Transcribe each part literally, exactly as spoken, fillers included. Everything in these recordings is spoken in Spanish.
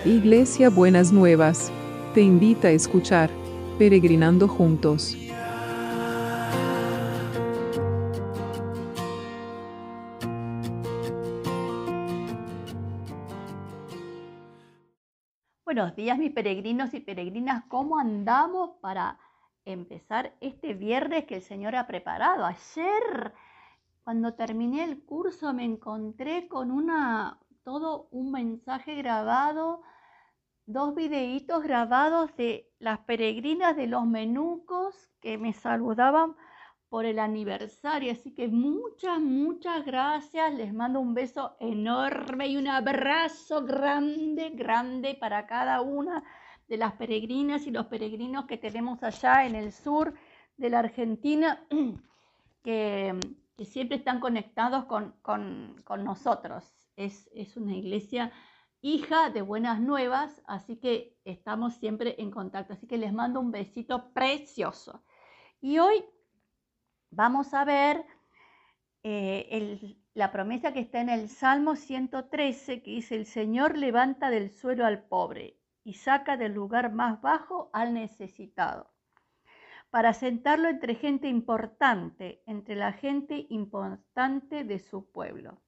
Iglesia Buenas Nuevas, te invita a escuchar Peregrinando Juntos. Buenos días, mis peregrinos y peregrinas. ¿Cómo andamos para empezar este viernes que el Señor ha preparado? Ayer, cuando terminé el curso, me encontré con una, todo un mensaje grabado, dos videitos grabados de las peregrinas de los Menucos que me saludaban por el aniversario. Así que muchas, muchas gracias. Les mando un beso enorme y un abrazo grande, grande para cada una de las peregrinas y los peregrinos que tenemos allá en el sur de la Argentina, que, que siempre están conectados con, con, con nosotros. Es, es una iglesia hija de Buenas Nuevas, así que estamos siempre en contacto. Así que les mando un besito precioso. Y hoy vamos a ver eh, el, la promesa que está en el Salmo ciento trece, que dice: el Señor levanta del suelo al pobre y saca del lugar más bajo al necesitado, para sentarlo entre gente importante, entre la gente importante de su pueblo.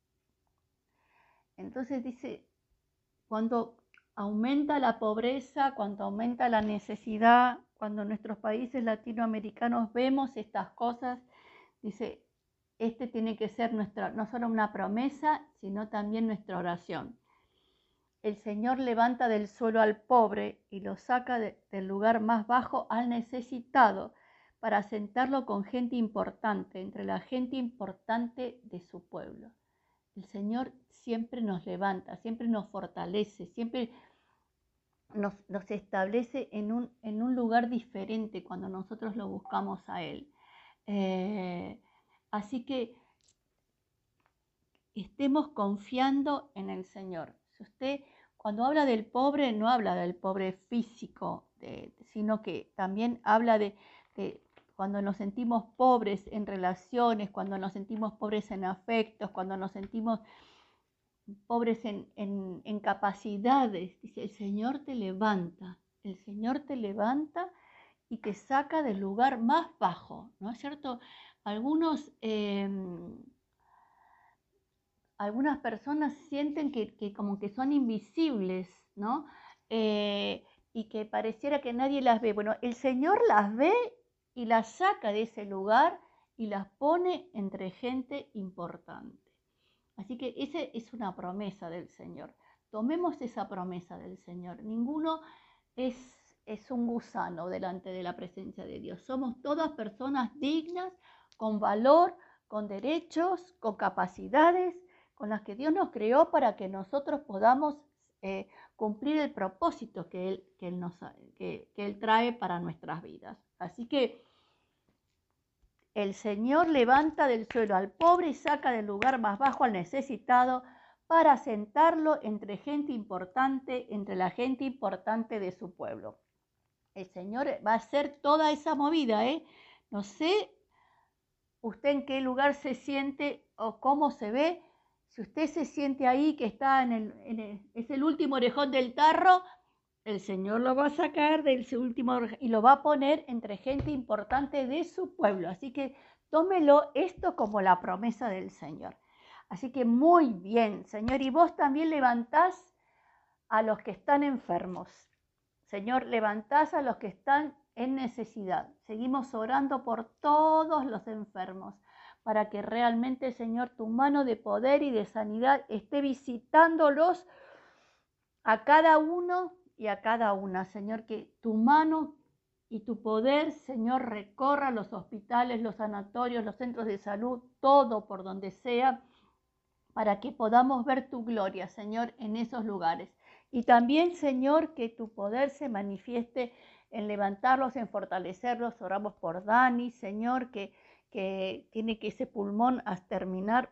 Entonces dice, cuando aumenta la pobreza, cuando aumenta la necesidad, cuando en nuestros países latinoamericanos vemos estas cosas, dice, este tiene que ser nuestra, no solo una promesa, sino también nuestra oración. El Señor levanta del suelo al pobre y lo saca de, del lugar más bajo al necesitado, para sentarlo con gente importante, entre la gente importante de su pueblo. El Señor siempre nos levanta, siempre nos fortalece, siempre nos, nos establece en un, en un lugar diferente cuando nosotros lo buscamos a Él. Eh, así que estemos confiando en el Señor. Si usted, cuando habla del pobre, no habla del pobre físico, de, sino que también habla de, de cuando nos sentimos pobres en relaciones, cuando nos sentimos pobres en afectos, cuando nos sentimos pobres en, en, en capacidades. Dice, el Señor te levanta, el Señor te levanta y te saca del lugar más bajo, ¿no es cierto? Algunos... Eh, Algunas personas sienten que, que como que son invisibles, ¿no? Eh, y que pareciera que nadie las ve. Bueno, el Señor las ve y las saca de ese lugar y las pone entre gente importante. Así que esa es una promesa del Señor. Tomemos esa promesa del Señor. Ninguno es, es un gusano delante de la presencia de Dios. Somos todas personas dignas, con valor, con derechos, con capacidades, con las que Dios nos creó para que nosotros podamos eh, cumplir el propósito que Él, que, él nos, que, que Él trae para nuestras vidas. Así que el Señor levanta del suelo al pobre y saca del lugar más bajo al necesitado, para sentarlo entre gente importante, entre la gente importante de su pueblo. El Señor va a hacer toda esa movida, ¿eh? No sé usted en qué lugar se siente o cómo se ve. Si usted se siente ahí que está en el, en el, es el último orejón del tarro, el Señor lo va a sacar del último y lo va a poner entre gente importante de su pueblo. Así que tómelo esto como la promesa del Señor. Así que muy bien, Señor. Y vos también levantás a los que están enfermos. Señor, levantás a los que están en necesidad. Seguimos orando por todos los enfermos, para que realmente, Señor, tu mano de poder y de sanidad esté visitándolos a cada uno y a cada una. Señor, que tu mano y tu poder, Señor, recorra los hospitales, los sanatorios, los centros de salud, todo por donde sea, para que podamos ver tu gloria, Señor, en esos lugares. Y también, Señor, que tu poder se manifieste en levantarlos, en fortalecerlos. Oramos por Dani, Señor, que, que tiene que ese pulmón a terminar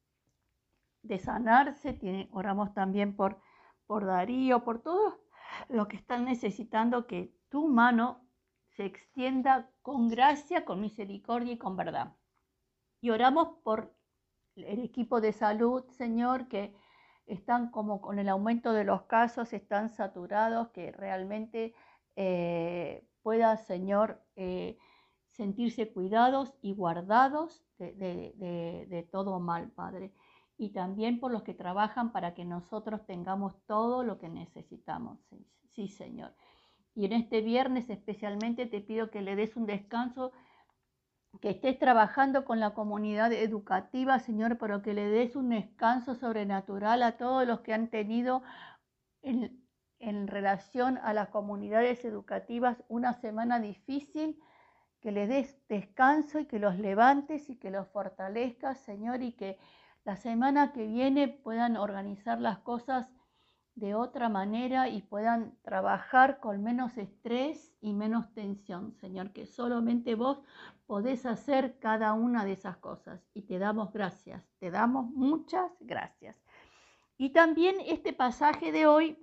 de sanarse. Tiene, oramos también por, por Darío, por todos los que están necesitando que tu mano se extienda con gracia, con misericordia y con verdad. Y oramos por el equipo de salud, Señor, que están como con el aumento de los casos, están saturados, que realmente eh, pueda, Señor, eh, sentirse cuidados y guardados de, de, de, de todo mal, Padre. Y también por los que trabajan para que nosotros tengamos todo lo que necesitamos. Sí, sí, Señor. Y en este viernes especialmente te pido que le des un descanso, que estés trabajando con la comunidad educativa, Señor, pero que le des un descanso sobrenatural a todos los que han tenido en, en relación a las comunidades educativas una semana difícil, que les des descanso y que los levantes y que los fortalezcas, Señor, y que la semana que viene puedan organizar las cosas de otra manera y puedan trabajar con menos estrés y menos tensión, Señor, que solamente vos podés hacer cada una de esas cosas. Y te damos gracias, te damos muchas gracias. Y también este pasaje de hoy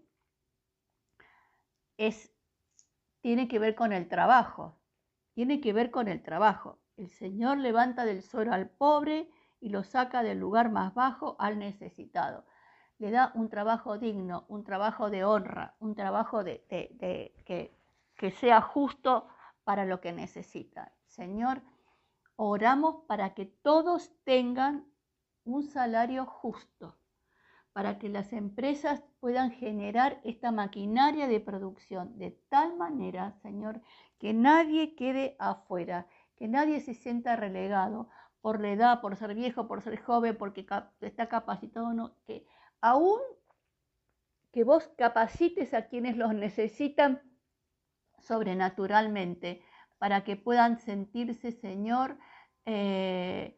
es, tiene que ver con el trabajo, tiene que ver con el trabajo. El Señor levanta del suelo al pobre y lo saca del lugar más bajo al necesitado. Le da un trabajo digno, un trabajo de honra, un trabajo de, de, de, que, que sea justo para lo que necesita. Señor, oramos para que todos tengan un salario justo, para que las empresas puedan generar esta maquinaria de producción de tal manera, Señor, que nadie quede afuera, que nadie se sienta relegado por la edad, por ser viejo, por ser joven, porque está capacitado o no, que aún que vos capacites a quienes los necesitan sobrenaturalmente, para que puedan sentirse, Señor, eh,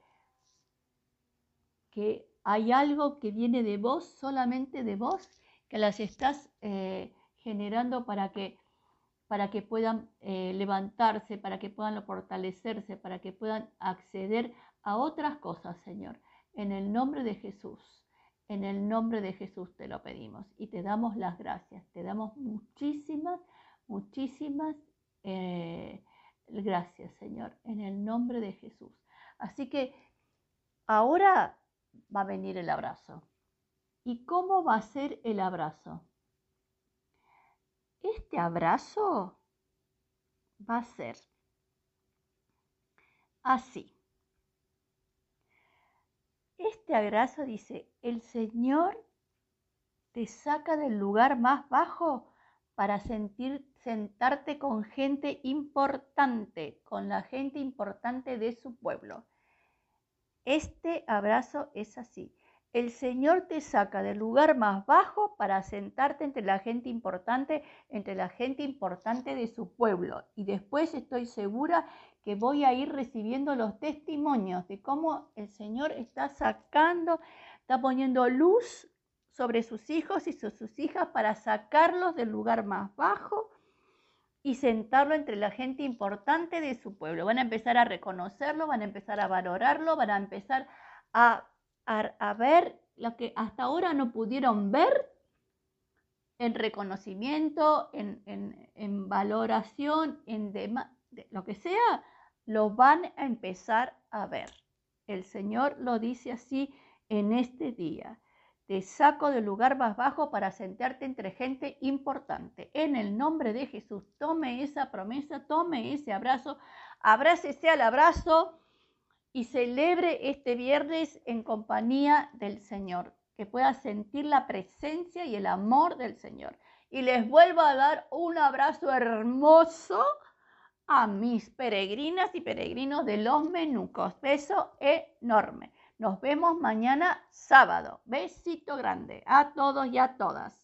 que hay algo que viene de vos, solamente de vos, que las estás eh, generando para que, para que puedan eh, levantarse, para que puedan fortalecerse, para que puedan acceder a otras cosas, Señor. En el nombre de Jesús, en el nombre de Jesús te lo pedimos y te damos las gracias. Te damos muchísimas, muchísimas eh, gracias, Señor, en el nombre de Jesús. Así que ahora va a venir el abrazo. ¿Y cómo va a ser el abrazo? Este abrazo va a ser así. Este abrazo dice, el Señor te saca del lugar más bajo para sentir, sentarte con gente importante, con la gente importante de su pueblo. Este abrazo es así. El Señor te saca del lugar más bajo para sentarte entre la gente importante, entre la gente importante de su pueblo. Y después estoy segura que voy a ir recibiendo los testimonios de cómo el Señor está sacando, está poniendo luz sobre sus hijos y sus hijas para sacarlos del lugar más bajo y sentarlo entre la gente importante de su pueblo. Van a empezar a reconocerlo, van a empezar a valorarlo, van a empezar a, a, a ver lo que hasta ahora no pudieron ver en reconocimiento, en, en, en valoración, en de, lo que sea, lo van a empezar a ver. El Señor lo dice así en este día. Te saco del lugar más bajo para sentarte entre gente importante. En el nombre de Jesús, tome esa promesa, tome ese abrazo, abrácese al abrazo y celebre este viernes en compañía del Señor. Que pueda sentir la presencia y el amor del Señor. Y les vuelvo a dar un abrazo hermoso a mis peregrinas y peregrinos de los Menucos. Beso enorme. Nos vemos mañana sábado. Besito grande a todos y a todas.